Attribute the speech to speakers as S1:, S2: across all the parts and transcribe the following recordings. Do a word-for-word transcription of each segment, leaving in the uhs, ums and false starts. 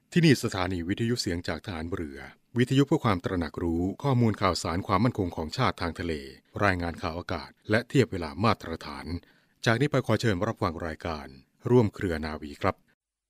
S1: ที่นี่สถานีวิทยุเสียงจากทหารเรือวิทยุเพื่อความตระหนักรู้ข้อมูลข่าวสารความมั่นคงของชาติทางทะเลรายงานข่าวอากาศและเทียบเวลามาตรฐานจากนี้ไปขอเชิญรับฟังรายการร่วมเครือนาวีครับ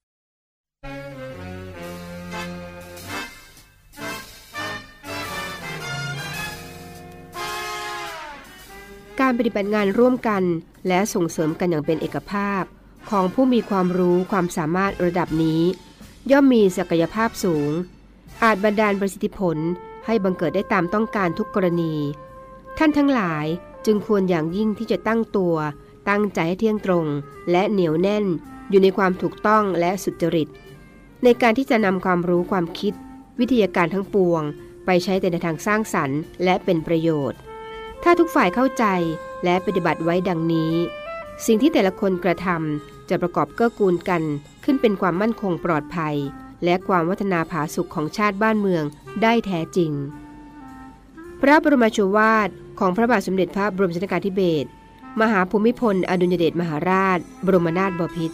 S2: การปฏิบัติงานร่วมกันและส่งเสริมกันอย่างเป็นเอกภาพของผู้มีความรู้ความสามารถระดับนี้ย่อมมีศักยภาพสูงอาจบันดาลประสิทธิผลให้บังเกิดได้ตามต้องการทุกกรณีท่านทั้งหลายจึงควรอย่างยิ่งที่จะตั้งตัวตั้งใจให้เที่ยงตรงและเหนียวแน่นอยู่ในความถูกต้องและสุจริตในการที่จะนำความรู้ความคิดวิทยาการทั้งปวงไปใช้แต่ในทางสร้างสรรค์และเป็นประโยชน์ถ้าทุกฝ่ายเข้าใจและปฏิบัติไว้ดังนี้สิ่งที่แต่ละคนกระทำจะประกอบเกื้อกูลกันขึ้นเป็นความมั่นคงปลอดภัยและความวัฒนาผาสุกของชาติบ้านเมืองได้แท้จริงพระบรมโชวาทของพระบาทสมเด็จพระบรมชนกาธิเบศรมหาภูมิพลอดุลยเดชมหาราชบรมนาถบพิตร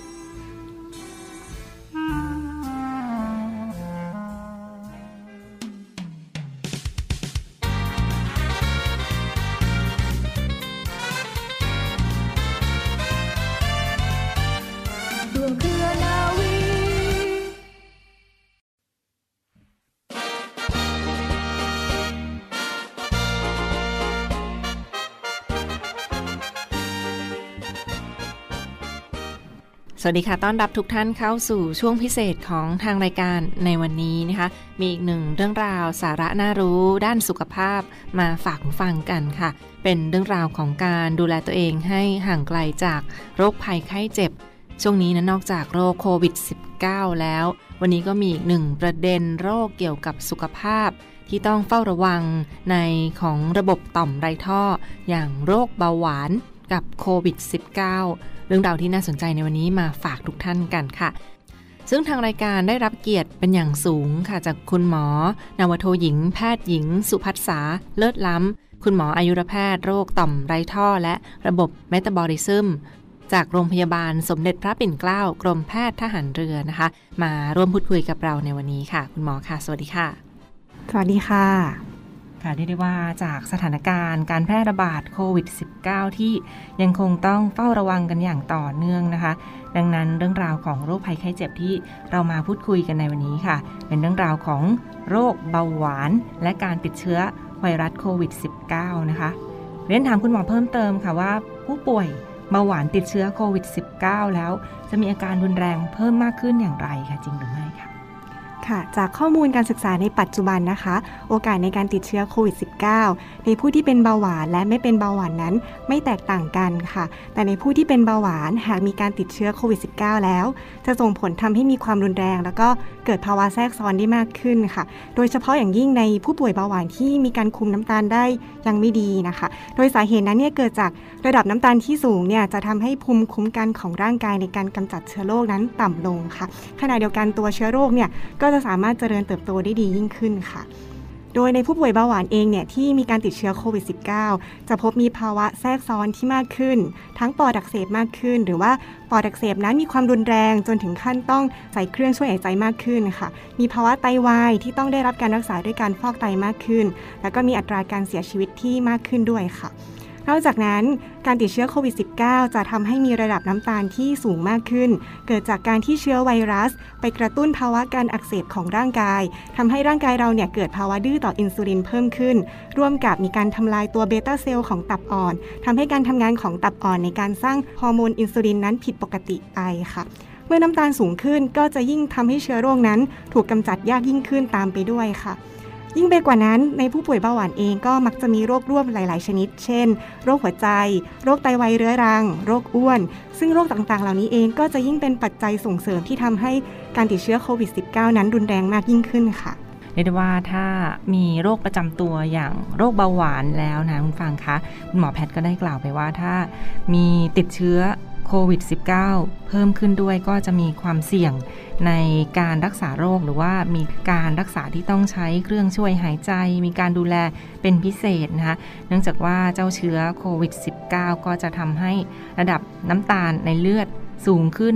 S3: สวัสดีค่ะต้อนรับทุกท่านเข้าสู่ช่วงพิเศษของทางรายการในวันนี้นะคะมีอีกหนึ่งเรื่องราวสาระน่ารู้ด้านสุขภาพมาฝากฟังกันค่ะเป็นเรื่องราวของการดูแลตัวเองให้ห่างไกลจากโรคภัยไข้เจ็บช่วงนี้นะนอกจากโรคโควิด สิบเก้า แล้ววันนี้ก็มีอีกหนึ่งประเด็นโรคเกี่ยวกับสุขภาพที่ต้องเฝ้าระวังในของระบบต่อมไรท่ออย่างโรคเบาหวานกับโควิด สิบเก้า เรื่องราวที่น่าสนใจในวันนี้มาฝากทุกท่านกันค่ะซึ่งทางรายการได้รับเกียรติเป็นอย่างสูงค่ะจากคุณหมอนาวโทหญิงแพทย์หญิงสุภัสสาเลิศล้ำคุณหมออายุรแพทย์โรคต่อมไรท่อและระบบเมตาบอลิซึมจากโรงพยาบาลสมเด็จพระปิ่นเกล้ากรมแพทย์ทหารเรือนะคะมาร่วมพูดคุยกับเราในวันนี้ค่ะคุณหมอค่ะสวัสดีค่ะ
S4: สวัสดีค่ะ
S3: ค่ะเรียกได้ว่าจากสถานการณ์การแพร่ระบาดโควิด สิบเก้า ที่ยังคงต้องเฝ้าระวังกันอย่างต่อเนื่องนะคะดังนั้นเรื่องราวของโรคภัยไข้เจ็บที่เรามาพูดคุยกันในวันนี้ค่ะเป็นเรื่องราวของโรคเบาหวานและการติดเชื้อไวรัสโควิด สิบเก้า นะคะเรียนถามคุณหมอเพิ่มเติมค่ะว่าผู้ป่วยเบาหวานติดเชื้อโควิด สิบเก้า แล้วจะมีอาการรุนแรงเพิ่มมากขึ้นอย่างไรคะจริงหรือไม่ค่ะ
S4: ค่ะจากข้อมูลการศึกษาในปัจจุบันนะคะโอกาสในการติดเชื้อโควิด สิบเก้า ในผู้ที่เป็นเบาหวานและไม่เป็นเบาหวานนั้นไม่แตกต่างกันค่ะแต่ในผู้ที่เป็นเบาหวานหากมีการติดเชื้อโควิด สิบเก้า แล้วจะส่งผลทำให้มีความรุนแรงแล้วก็เกิดภาวะแทรกซ้อนได้มากขึ้นค่ะโดยเฉพาะอย่างยิ่งในผู้ป่วยเบาหวานที่มีการคุมน้ำตาลได้ยังไม่ดีนะคะโดยสาเหตุนั้นเนี่ยเกิดจากระดับน้ำตาลที่สูงเนี่ยจะทำให้ภูมิคุ้มกันของร่างกายในการกำจัดเชื้อโรคนั้นต่ำลงค่ะขณะเดียวกันตัวเชื้อโรคเนี่ยก็จะสามารถเจริญเติบโตได้ดียิ่งขึ้นค่ะโดยในผู้ป่วยเบาหวานเองเนี่ยที่มีการติดเชื้อโควิด สิบเก้า จะพบมีภาวะแทรกซ้อนที่มากขึ้นทั้งปอดอักเสบมากขึ้นหรือว่าปอดอักเสบนั้นมีความรุนแรงจนถึงขั้นต้องใส่เครื่องช่วยหายใจมากขึ้นค่ะมีภาวะไตวายที่ต้องได้รับการรักษาด้วยการฟอกไตมากขึ้นแล้วก็มีอัตราการเสียชีวิตที่มากขึ้นด้วยค่ะนอกจากนั้นการติดเชื้อโควิด สิบเก้า จะทำให้มีระดับน้ำตาลที่สูงมากขึ้นเกิดจากการที่เชื้อไวรัสไปกระตุ้นภาวะการอักเสบของร่างกายทำให้ร่างกายเราเนี่ยเกิดภาวะดื้อต่ออินซูลินเพิ่มขึ้นร่วมกับมีการทำลายตัวเบต้าเซลล์ของตับอ่อนทำให้การทำงานของตับอ่อนในการสร้างฮอร์โมนอินซูลินนั้นผิดปกติไปค่ะเมื่อน้ำตาลสูงขึ้นก็จะยิ่งทำให้เชื้อโรคนั้นถูกกำจัดยากยิ่งขึ้นตามไปด้วยค่ะยิ่งไปกว่านั้นในผู้ป่วยเบาหวานเองก็มักจะมีโรคร่วมหลายๆชนิดเช่นโรคหัวใจโรคไตวายเรื้อรังโรคอ้วนซึ่งโรคต่างๆเหล่านี้เองก็จะยิ่งเป็นปัจจัยส่งเสริมที่ทำให้การติดเชื้อโควิด สิบเก้า นั้นรุนแรงมากยิ่งขึ้นค่ะ
S3: เรียกได้ว่าถ้ามีโรคประจำตัวอย่างโรคเบาหวานแล้วนะคุณฟังคะคุณหมอแพทย์ก็ได้กล่าวไปว่าถ้ามีติดเชื้อโควิด สิบเก้า เพิ่มขึ้นด้วยก็จะมีความเสี่ยงในการรักษาโรคหรือว่ามีการรักษาที่ต้องใช้เครื่องช่วยหายใจมีการดูแลเป็นพิเศษนะคะเนื่องจากว่าเจ้าเชื้อโควิด สิบเก้า ก็จะทำให้ระดับน้ำตาลในเลือดสูงขึ้น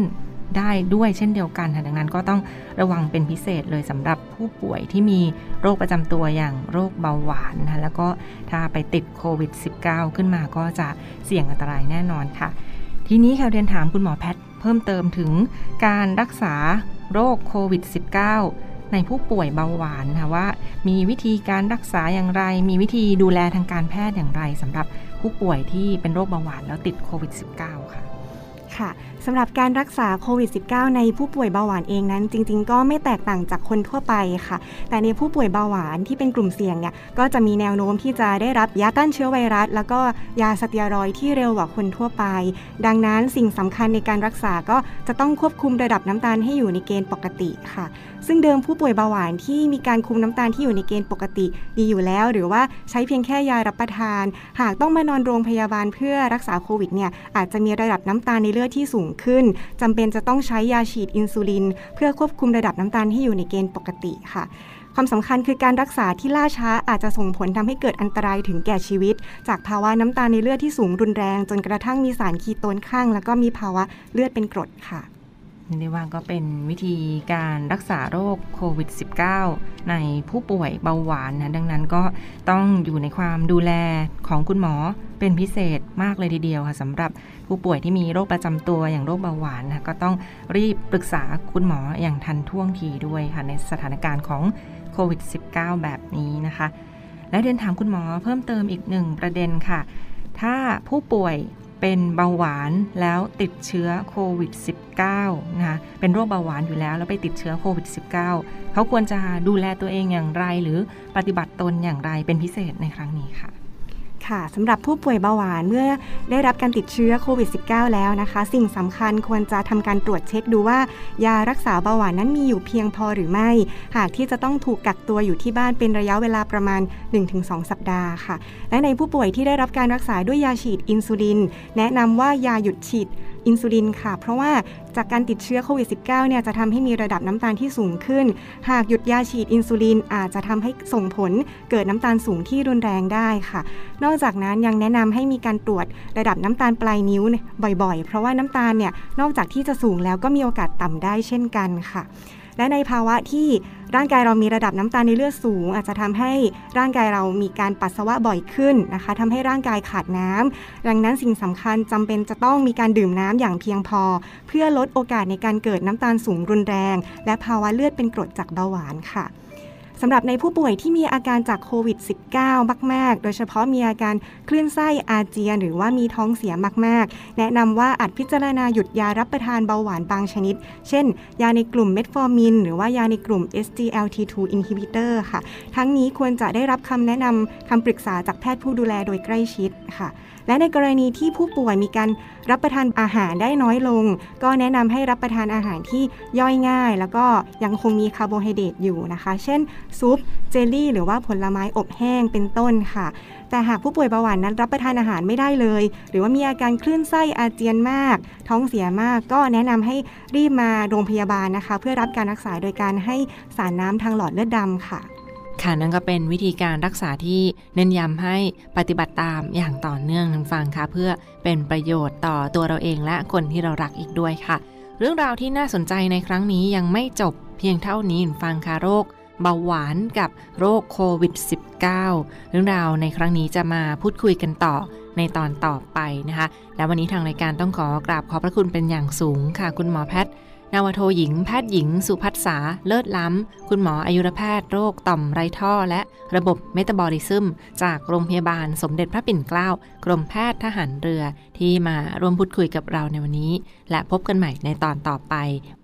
S3: ได้ด้วยเช่นเดียวกันดังนั้นก็ต้องระวังเป็นพิเศษเลยสำหรับผู้ป่วยที่มีโรคประจำตัวอย่างโรคเบาหวานนะแล้วก็ถ้าไปติดโควิด สิบเก้า ขึ้นมาก็จะเสี่ยงอันตรายแน่นอนค่ะทีนี้ค่ะเรียนถามคุณหมอแพทย์เพิ่มเติมถึงการรักษาโรคโควิด สิบเก้า ในผู้ป่วยเบาหวานค่ะว่ามีวิธีการรักษาอย่างไรมีวิธีดูแลทางการแพทย์อย่างไรสำหรับผู้ป่วยที่เป็นโรคเบาหวานแล้วติดโควิด สิบเก้า ค่ะ
S4: ค่ะสำหรับการรักษาโควิด สิบเก้า ในผู้ป่วยเบาหวานเองนั้นจริงๆก็ไม่แตกต่างจากคนทั่วไปค่ะแต่ในผู้ป่วยเบาหวานที่เป็นกลุ่มเสี่ยงเนี่ยก็จะมีแนวโน้มที่จะได้รับยาต้านเชื้อไวรัสแล้วก็ยาสเตียรอยด์ที่เร็วกว่าคนทั่วไปดังนั้นสิ่งสำคัญในการรักษาก็จะต้องควบคุมระดับน้ำตาลให้อยู่ในเกณฑ์ปกติค่ะซึ่งเดิมผู้ป่วยเบาหวานที่มีการคุมน้ำตาลที่อยู่ในเกณฑ์ปกติดีอยู่แล้วหรือว่าใช้เพียงแค่ยารับประทานหากต้องมานอนโรงพยาบาลเพื่อรักษาโควิดเนี่ยอาจจะมีระดับน้ำตาลในเลือดที่สูงขึ้นจำเป็นจะต้องใช้ยาฉีดอินซูลินเพื่อควบคุมระดับน้ำตาลให้อยู่ในเกณฑ์ปกติค่ะความสำคัญคือการรักษาที่ล่าช้าอาจจะส่งผลทำให้เกิดอันตรายถึงแก่ชีวิตจากภาวะน้ำตาลในเลือดที่สูงรุนแรงจนกระทั่งมีสารคีโตนข้างแล้วก็มีภาวะเลือดเป็นกรดค่ะ
S3: นี่เรียกว่าก็เป็นวิธีการรักษาโรคโควิด สิบเก้า ในผู้ป่วยเบาหวานนะดังนั้นก็ต้องอยู่ในความดูแลของคุณหมอเป็นพิเศษมากเลยทีเดียวค่ะสำหรับผู้ป่วยที่มีโรคประจำตัวอย่างโรคเบาหวานนะก็ต้องรีบปรึกษาคุณหมออย่างทันท่วงทีด้วยค่ะในสถานการณ์ของโควิด สิบเก้า แบบนี้นะคะและเรียนถามคุณหมอเพิ่มเติมอีกหนึ่งประเด็นค่ะถ้าผู้ป่วยเป็นเบาหวานแล้วติดเชื้อโควิด สิบเก้า นะคะเป็นโรคเบาหวานอยู่แล้วแล้วไปติดเชื้อโควิด สิบเก้า เขาควรจะดูแลตัวเองอย่างไรหรือปฏิบัติตนอย่างไรเป็นพิเศษในครั้งนี้ค่ะ
S4: ค่ะสำหรับผู้ป่วยเบาหวานเมื่อได้รับการติดเชื้อโควิด สิบเก้า แล้วนะคะสิ่งสำคัญควรจะทำการตรวจเช็คดูว่ายารักษาเบาหวานนั้นมีอยู่เพียงพอหรือไม่หากที่จะต้องถูกกักตัวอยู่ที่บ้านเป็นระยะเวลาประมาณ หนึ่งถึงสอง สัปดาห์ค่ะและในผู้ป่วยที่ได้รับการรักษาด้วยยาฉีดอินซูลินแนะนำว่ายาหยุดฉีดอินซูลินค่ะเพราะว่าจากการติดเชื้อโควิด สิบเก้า เนี่ยจะทำให้มีระดับน้ำตาลที่สูงขึ้นหากหยุดยาฉีดอินซูลินอาจจะทำให้ส่งผลเกิดน้ำตาลสูงที่รุนแรงได้ค่ะนอกจากนั้นยังแนะนำให้มีการตรวจระดับน้ำตาลปลายนิ้วบ่อยๆเพราะว่าน้ำตาลเนี่ยนอกจากที่จะสูงแล้วก็มีโอกาสต่ำได้เช่นกันค่ะและในภาวะที่ร่างกายเรามีระดับน้ำตาลในเลือดสูงอาจจะทำให้ร่างกายเรามีการปัสสาวะบ่อยขึ้นนะคะทำให้ร่างกายขาดน้ำดังนั้นสิ่งสำคัญจำเป็นจะต้องมีการดื่มน้ำอย่างเพียงพอเพื่อลดโอกาสในการเกิดน้ำตาลสูงรุนแรงและภาวะเลือดเป็นกรดจากเบาหวานค่ะสำหรับในผู้ป่วยที่มีอาการจากโควิด สิบเก้า มากๆโดยเฉพาะมีอาการคลื่นไส้อาเจียนหรือว่ามีท้องเสียมากๆแนะนำว่าอาจพิจารณาหยุดยารับประทานเบาหวานบางชนิดเช่นยาในกลุ่มเมทฟอร์มินหรือว่ายาในกลุ่ม เอส จี แอล ที ทู inhibitor ค่ะทั้งนี้ควรจะได้รับคำแนะนำคำปรึกษาจากแพทย์ผู้ดูแลโดยใกล้ชิดค่ะและในกรณีที่ผู้ป่วยมีการรับประทานอาหารได้น้อยลงก็แนะนำให้รับประทานอาหารที่ย่อยง่ายแล้วก็ยังคงมีคาร์โบไฮเดรตอยู่นะคะเช่นซุปเจลลี่หรือว่าผลไม้อบแห้งเป็นต้นค่ะแต่หากผู้ป่วยเบาหวานนั้นรับประทานอาหารไม่ได้เลยหรือว่ามีอาการคลื่นไส้อาเจียนมากท้องเสียมากก็แนะนำให้รีบมาโรงพยาบาลนะคะเพื่อรับการรักษาโดยการให้สารน้ำทางหลอดเลือดดำค่ะ
S3: ค่ะนั่นก็เป็นวิธีการรักษาที่เน้นย้ำให้ปฏิบัติตามอย่างต่อเนื่องท่านฟังค่ะเพื่อเป็นประโยชน์ต่อตัวเราเองและคนที่เรารักอีกด้วยค่ะเรื่องราวที่น่าสนใจในครั้งนี้ยังไม่จบเพียงเท่านี้ท่านฟังค่ะโรคเบาหวานกับโรคโควิด สิบเก้า เรื่องราวในครั้งนี้จะมาพูดคุยกันต่อในตอนต่อไปนะคะและวันนี้ทางรายการต้องขอกราบขอบพระคุณเป็นอย่างสูงค่ะคุณหมอแพทย์นาวโทหญิงแพทย์หญิงสุภัสสาเลิศล้ำคุณหมออายุรแพทย์โรคต่อมไรท่อและระบบเมตาบอลิซึมจากโรงพยาบาลสมเด็จพระปิ่นเกล้ากรมแพทย์ทหารเรือที่มาร่วมพูดคุยกับเราในวันนี้และพบกันใหม่ในตอนต่อไป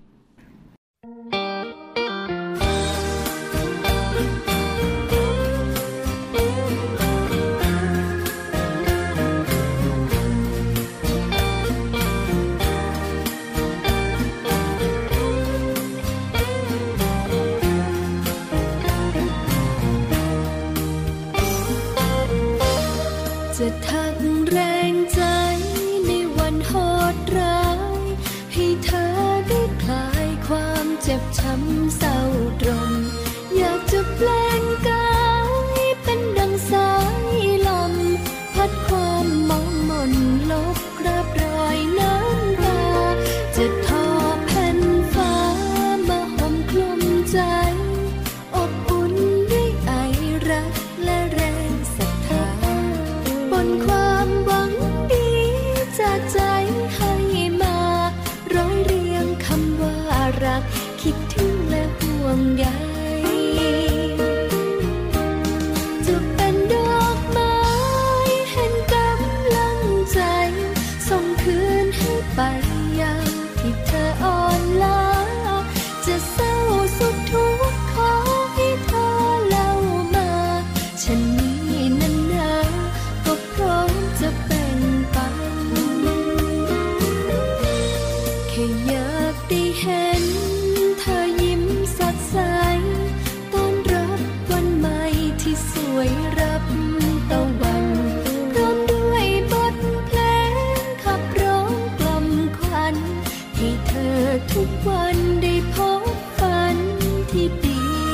S5: จะทักแรงใจในวันโหดร้ายให้เธอได้คลงใยจะเป็นดอกไม้แห่งกำลังใจส่งคืนให้ไปยังที่เธออ่อนล้าจะเศร้าสุขทุกข์ขอให้เธอเล่ามาฉันนี้นั้นนะก็พร้อมจะแบ่งปันแค่อยากได้เห็นเธอยิ้มสดใสต้อนรับวันใหม่ที่สวยรับตะวันพร้อมด้วยบทเพลงขับร้องกล่อมขวัญให้เธอทุกวันได้พบฝันที่ดี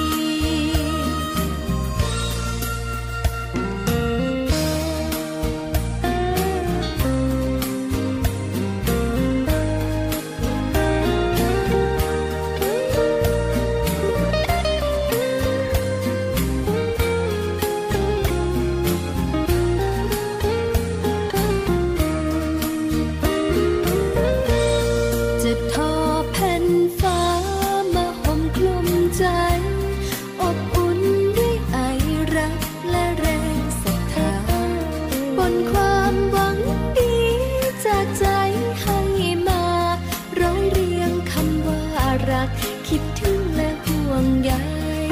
S5: คิดถึงและห่วงใย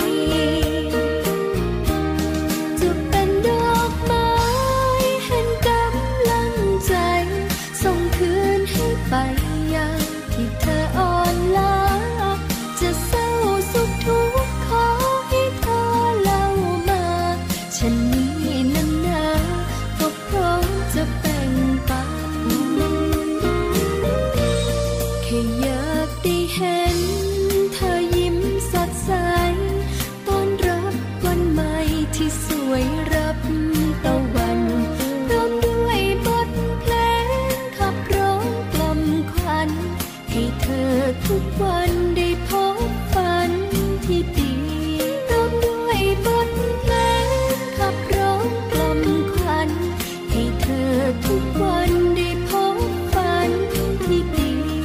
S5: จะเป็นดอกไม้แห่งกำลังใจส่งคืนให้ไปยังที่เธออ่อนล้าจะเศร้าสุขทุกข์ขอให้เธอเล่ามาฉันนี้นั้นนะก็พร้อมจะแบ่งปันแค่อยากได้เห็นเธอยิ้มสดใสต้อนรับวันใหม่ที่สวยรับตะวันพร้อมด้วยบทเพลงขับร้องกล่อมขวัญให้เธอทุกวันได้พบฝันที่ดีพร้อมด้วยบทเพลงขับร้องกล่อมขวัญให้เธอทุกวันได้พบฝันที่ดี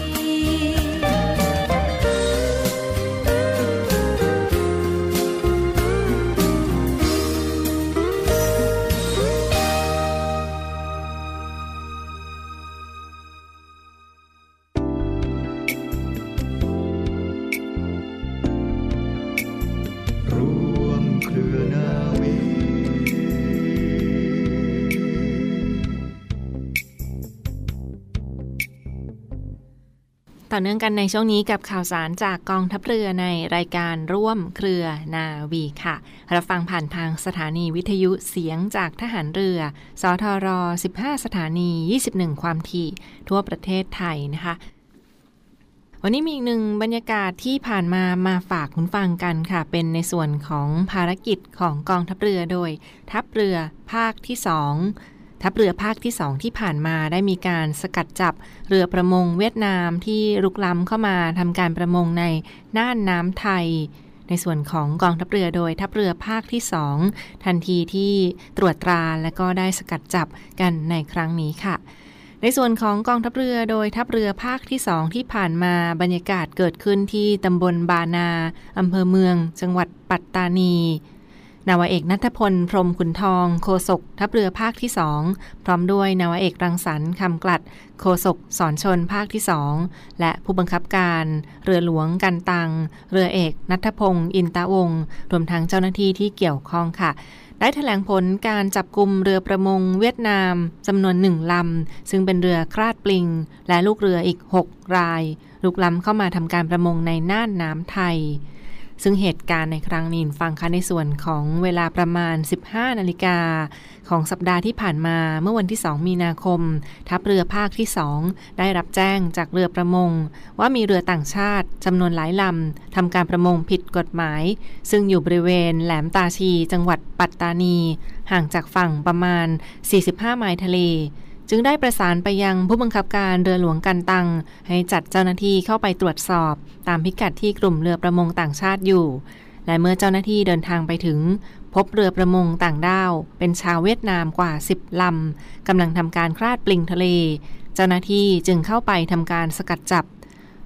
S3: ต่อเนื่องกันในช่วงนี้กับข่าวสารจากกองทัพเรือในรายการร่วมเครือนาวีค่ะรับฟังผ่านทางสถานีวิทยุเสียงจากทหารเรือสทรสิบห้าสถานียี่สิบเอ็ดความถี่ทั่วประเทศไทยนะคะวันนี้มีอีกหนึ่งบรรยากาศที่ผ่านมามาฝากคุณฟังกันค่ะเป็นในส่วนของภารกิจของกองทัพเรือโดยทัพเรือภาคที่สองทัพเรือภาคที่สองที่ผ่านมาได้มีการสกัดจับเรือประมงเวียดนามที่รุกล้ำเข้ามาทำการประมงในน่านน้ำไทยในส่วนของกองทัพเรือโดยทัพเรือภาคที่สองทันทีที่ตรวจตราและก็ได้สกัดจับกันในครั้งนี้ค่ะในส่วนของกองทัพเรือโดยทัพเรือภาคที่สองที่ผ่านมาบรรยากาศเกิดขึ้นที่ตำบลบานาอำเภอเมืองจังหวัดปัตตานีนาวาเอกณัฐพลพรหมขุนทองโฆษกทัพเรือภาคที่สองพร้อมด้วยนาวาเอกรังสรรค์คำกลัดโฆษกสอนชนภาคที่สองและผู้บังคับการเรือหลวงกันตังเรือเอกณัฐพงศ์อินตะวงศ์รวมทั้งเจ้าหน้าที่ที่เกี่ยวข้องค่ะได้แถลงผลการจับกุมเรือประมงเวียดนามจำนวนหนึ่งลำซึ่งเป็นเรือคลาดปลิงและลูกเรืออีกหกรายลุกล้ำเข้ามาทำการประมงในน่านน้ำไทยซึ่งเหตุการณ์ในครั้งนี้ฟังค่ะในส่วนของเวลาประมาณ สิบห้านาฬิกาของสัปดาห์ที่ผ่านมาเมื่อวันที่สองมีนาคมทัพเรือภาคที่สองได้รับแจ้งจากเรือประมงว่ามีเรือต่างชาติจำนวนหลายลำทำการประมงผิดกฎหมายซึ่งอยู่บริเวณแหลมตาชีจังหวัดปัตตานีห่างจากฝั่งประมาณสี่สิบห้าไมล์ทะเลจึงได้ประสานไปยังผู้บังคับการเรือหลวงกันตังให้จัดเจ้าหน้าที่เข้าไปตรวจสอบตามพิกัดที่กลุ่มเรือประมงต่างชาติอยู่และเมื่อเจ้าหน้าที่เดินทางไปถึงพบเรือประมงต่างด้าวเป็นชาวเวียดนามกว่าสิบลำกำลังทำการคลาดปลิงทะเลเจ้าหน้าที่จึงเข้าไปทำการสกัดจับ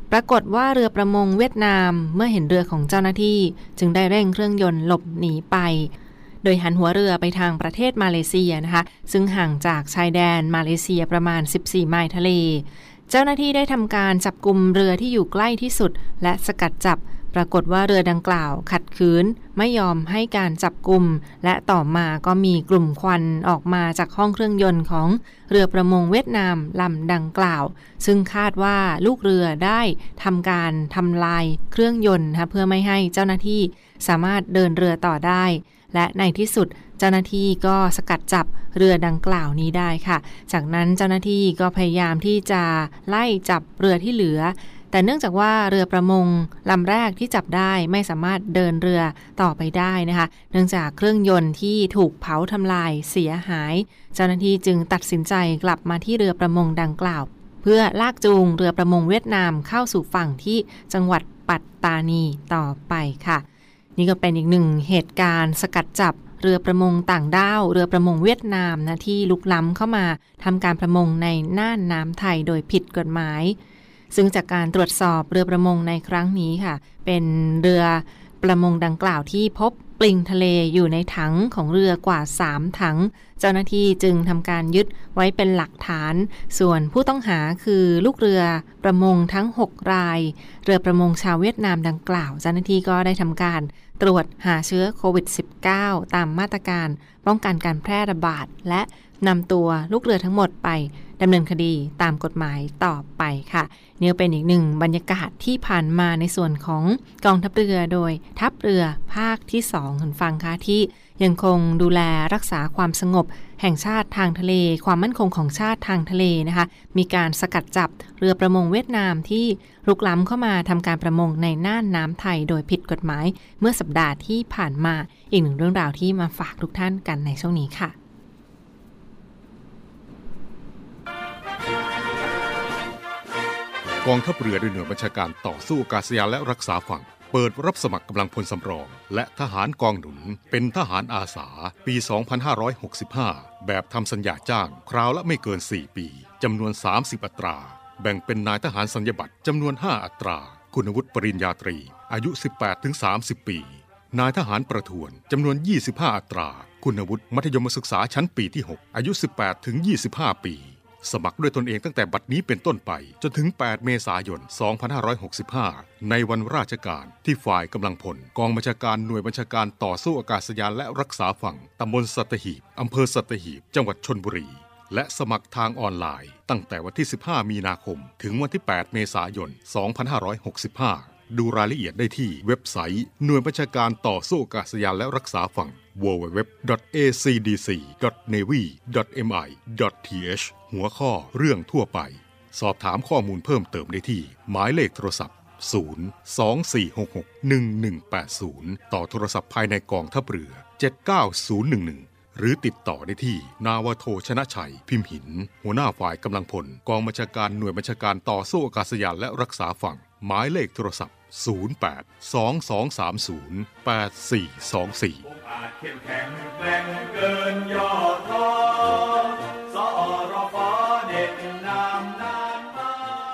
S3: ปรากฏว่าเรือประมงเวียดนามเมื่อเห็นเรือของเจ้าหน้าที่จึงได้เร่งเครื่องยนต์หลบหนีไปโดยหันหัวเรือไปทางประเทศมาเลเซียนะคะซึ่งห่างจากชายแดนมาเลเซียประมาณสิบสี่ไมล์ทะเลเจ้าหน้าที่ได้ทำการจับกุมเรือที่อยู่ใกล้ที่สุดและสกัดจับปรากฏว่าเรือดังกล่าวขัดขืนไม่ยอมให้การจับกุมและต่อมาก็มีกลุ่มควันออกมาจากห้องเครื่องยนต์ของเรือประมงเวียดนามลำดังกล่าวซึ่งคาดว่าลูกเรือได้ทำการทำลายเครื่องยนต์นะเพื่อไม่ให้เจ้าหน้าที่สามารถเดินเรือต่อได้และในที่สุดเจ้าหน้าที่ก็สกัดจับเรือดังกล่าวนี้ได้ค่ะจากนั้นเจ้าหน้าที่ก็พยายามที่จะไล่จับเรือที่เหลือแต่เนื่องจากว่าเรือประมงลำแรกที่จับได้ไม่สามารถเดินเรือต่อไปได้นะคะเนื่องจากเครื่องยนต์ที่ถูกเผาทำลายเสียหายเจ้าหน้าที่จึงตัดสินใจกลับมาที่เรือประมงดังกล่าวเพื่อลากจูงเรือประมงเวียดนามเข้าสู่ฝั่งที่จังหวัดปัตตานีต่อไปค่ะนี่ก็เป็นอีกหนึ่งเหตุการณ์สกัดจับเรือประมงต่างด้าวเรือประมงเวียดนามนะที่ลุกล้ำเข้ามาทำการประมงในน่านน้ำไทยโดยผิดกฎหมายซึ่งจากการตรวจสอบเรือประมงในครั้งนี้ค่ะเป็นเรือประมงดังกล่าวที่พบปลิงทะเลอยู่ในถังของเรือกว่าสามถังเจ้าหน้าที่จึงทำการยึดไว้เป็นหลักฐานส่วนผู้ต้องหาคือลูกเรือประมงทั้งหกรายเรือประมงชาวเวียดนามดังกล่าวเจ้าหน้าที่ก็ได้ทำการตรวจหาเชื้อโควิด สิบเก้า ตามมาตรการป้องกันการแพร่ระบาดและนำตัวลูกเรือทั้งหมดไปดำเนินคดีตามกฎหมายต่อไปค่ะนี่เป็นอีกหนึ่งบรรยากาศที่ผ่านมาในส่วนของกองทัพเรือโดยทัพเรือภาคที่สองคุณฟังค่ะที่ยังคงดูแลรักษาความสงบแห่งชาติทางทะเลความมั่นคงของชาติทางทะเลนะคะมีการสกัดจับเรือประมงเวียดนามที่รุกล้ำเข้ามาทำการประมงในน่านน้ำไทยโดยผิดกฎหมายเมื่อสัปดาห์ที่ผ่านมาอีกหนึ่งเรื่องราวที่มาฝากทุกท่านกันในช่วงนี้ค่ะ
S1: กองทัพเรือด้วยหน่วยบัญชาการต่อสู้อากาศยานและรักษาฝั่งเปิดรับสมัครกำลังพลสำรองและทหารกองหนุนเป็นทหารอาสาปี สองพันห้าร้อยหกสิบห้า แบบทำสัญญาจ้างคราวละไม่เกิน สี่ ปีจำนวน สามสิบ อัตราแบ่งเป็นนายทหารสัญญาบัตรจำนวน ห้า อัตราคุณวุฒิปริญญาตรีอายุ สิบแปดถึงสามสิบ ปีนายทหารประทวนจำนวน ยี่สิบห้า อัตราคุณวุฒิมัธยมศึกษาชั้นปีที่ หก อายุ สิบแปดถึงยี่สิบห้า ปีสมัครด้วยตนเองตั้งแต่บัดนี้เป็นต้นไปจนถึง แปด เมษายน สองพันห้าร้อยหกสิบห้า ในวันราชการที่ฝ่ายกำลังพลกองบัญชาการหน่วยบัญชาการต่อสู้อากาศยานและรักษาฝั่งตำบลสัตหีบอำเภอสัตหีบจังหวัดชลบุรีและสมัครทางออนไลน์ตั้งแต่วันที่ สิบห้า มีนาคมถึงวันที่ แปด เมษายน สองพันห้าร้อยหกสิบห้า ดูรายละเอียดได้ที่เว็บไซต์หน่วยบัญชาการต่อสู้อากาศยานและรักษาฝั่ง ดับเบิลยู ดับเบิลยู ดับเบิลยู ดอท เอ ซี ดี ซี ดอท เนวี ดอท เอ็ม ไอ ดอท ที เอช หัวข้อเรื่องทั่วไปสอบถามข้อมูลเพิ่มเติมได้ที่หมายเลขโทรศัพท์ ศูนย์ สอง สี่ หก หก หนึ่ง หนึ่ง แปด ศูนย์ ต่อโทรศัพท์ภายในกองทัพเรือ เจ็ด เก้า ศูนย์ หนึ่ง หนึ่ง หรือติดต่อได้ที่นาวาโทชนะชัยพิมพ์หินหัวหน้าฝ่ายกำลังพลกองบัญชาการหน่วยบัญชาการต่อสู้อากาศยานและรักษาฝั่งหมายเลขโทรศัพท์ ศูนย์ แปด สอง สอง สาม ศูนย์ แปด สี่ สอง สี่
S6: เข้มแข็งแกร่งเกินย่อท้อสอรฟเด็ดนามนานมา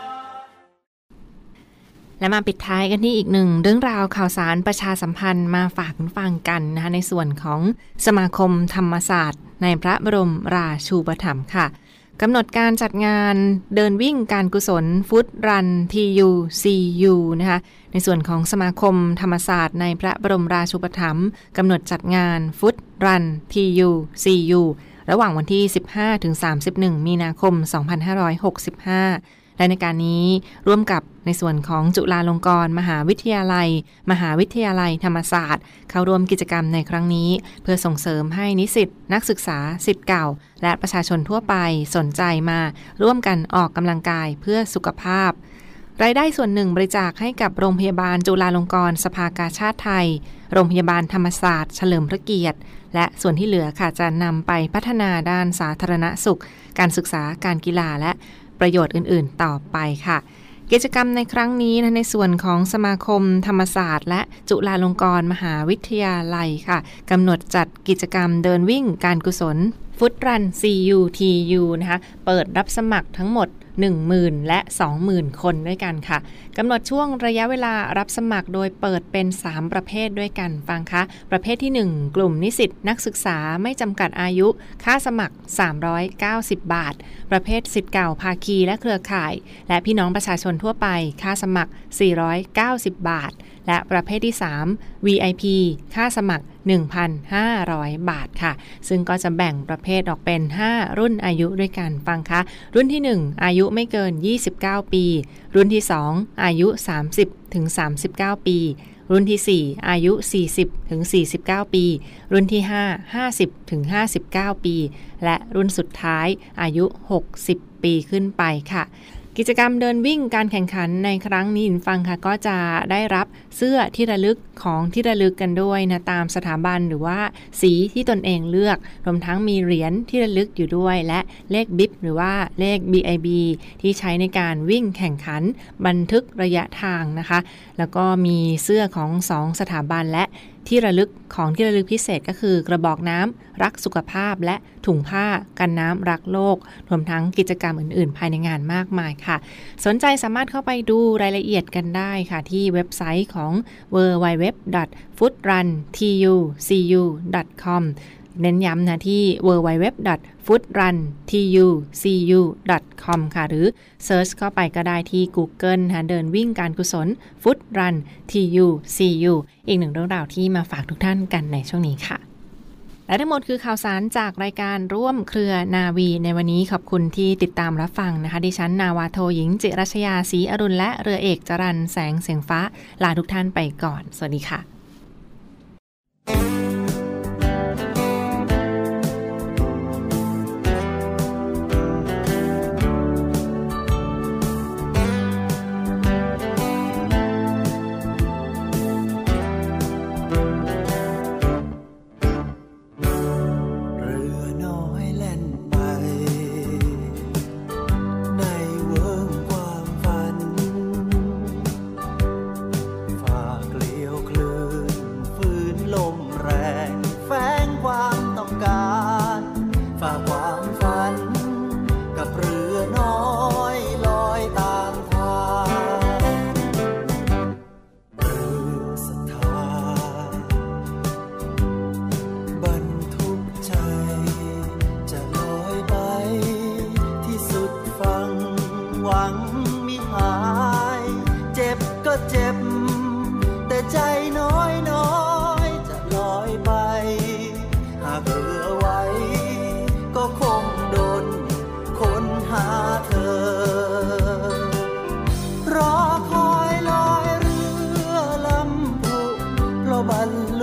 S3: และมาปิดท้ายกันที่อีกหนึ่งเรื่องราวข่าวสารประชาสัมพันธ์มาฝากคุณฟังกันนะคะในส่วนของสมาคมธรรมศาสตร์ในพระบรมราชูปถัมภ์ค่ะกำหนดการจัดงานเดินวิ่งการกุศลฟุตรัน ที ยู ซี ยู นะคะในส่วนของสมาคมธรรมศาสตร์ในพระบรมราชูปถัมภ์กำหนดจัดงานฟุตรัน ที ยู ซี ยู ระหว่างวันที่ สิบห้าถึงสามสิบเอ็ด มีนาคม สองพันห้าร้อยหกสิบห้าและในการนี้ร่วมกับในส่วนของจุฬาลงกรณ์มหาวิทยาลัยมหาวิทยาลัยธรรมศาสตร์เข้าร่วมกิจกรรมในครั้งนี้เพื่อส่งเสริมให้นิสิตนักศึกษาศิษย์เก่าและประชาชนทั่วไปสนใจมาร่วมกันออกกำลังกายเพื่อสุขภาพรายได้ส่วนหนึ่งบริจาคให้กับโรงพยาบาลจุฬาลงกรณ์สภากาชาดไทยโรงพยาบาลธรรมศาสตร์เฉลิมพระเกียรติและส่วนที่เหลือค่ะจะนำไปพัฒนาด้านสาธารณสุขการศึกษาการกีฬาและประโยชน์อื่นๆต่อไปค่ะกิจกรรมในครั้งนี้นะในส่วนของสมาคมธรรมศาสตร์และจุฬาลงกรณ์มหาวิทยาลัยค่ะกำหนดจัดกิจกรรมเดินวิ่งการกุศล Food Run ซี ยู ที ยู นะคะเปิดรับสมัครทั้งหมด หนึ่งหมื่น และ สองหมื่น คนด้วยกันค่ะกำหนดช่วงระยะเวลารับสมัครโดยเปิดเป็นสามประเภทด้วยกันฟังคะประเภทที่หนึ่งกลุ่มนิสิตนักศึกษาไม่จำกัดอายุค่าสมัครสามร้อยเก้าสิบบาทประเภทศิษย์เก่าภาคีและเครือข่ายและพี่น้องประชาชนทั่วไปค่าสมัครสี่ร้อยเก้าสิบบาทและประเภทที่สาม วี ไอ พี ค่าสมัคร หนึ่งพันห้าร้อย บาทค่ะซึ่งก็จะแบ่งประเภทออกเป็นห้ารุ่นอายุด้วยกันฟังคะรุ่นที่หนึ่งอายุไม่เกินยี่สิบเก้าปีรุ่นที่สองอายุสามสิบถึงสามสิบเก้าปีรุ่นที่สี่อายุสี่สิบถึงสี่สิบเก้าปีรุ่นที่ห้า ห้าสิบถึงห้าสิบเก้าปีและรุ่นสุดท้ายอายุหกสิบปีขึ้นไปค่ะกิจกรรมเดินวิ่งการแข่งขันในครั้งนี้ฟังค่ะก็จะได้รับเสื้อที่ระลึกของที่ระลึกกันด้วยนะตามสถาบันหรือว่าสีที่ตนเองเลือกรวมทั้งมีเหรียญที่ระลึกอยู่ด้วยและเลขบิ๊บหรือว่าเลข บี ไอ บี ที่ใช้ในการวิ่งแข่งขันบันทึกระยะทางนะคะแล้วก็มีเสื้อของสองสถาบันและที่ระลึกของที่ระลึกพิเศษก็คือกระบอกน้ำรักสุขภาพและถุงผ้ากันน้ำรักโลกรวมทั้งกิจกรรมอื่นๆภายในงานมากมายค่ะสนใจสามารถเข้าไปดูรายละเอียดกันได้ค่ะที่เว็บไซต์ของ ดับเบิลยู ดับเบิลยู ดับเบิลยู ดอท ฟู้ดรัน ที ยู ซี ยู ดอท คอม เน้นย้ำนะที่ ดับเบิลยู ดับเบิลยู ดับเบิลยู ดอท ฟู้ดรัน ที ยู ซี ยู ดอท คอม ค่ะหรือเซิร์ชเข้าไปก็ได้ที่ Google นะเดินวิ่งการกุศล Food Run ที ยู ซี ยู อีกหนึ่งเรื่องราวที่มาฝากทุกท่านกันในช่วงนี้ค่ะและทั้งหมดคือข่าวสารจากรายการร่วมเครือนาวีในวันนี้ขอบคุณที่ติดตามรับฟังนะคะดิฉันนาวาโทหญิงจิรัชยาศรีอรุณและเรือเอกจรัญแสงเสียงฟ้าลาทุกท่านไปก่อนสวัสดีค่ะ
S7: บัน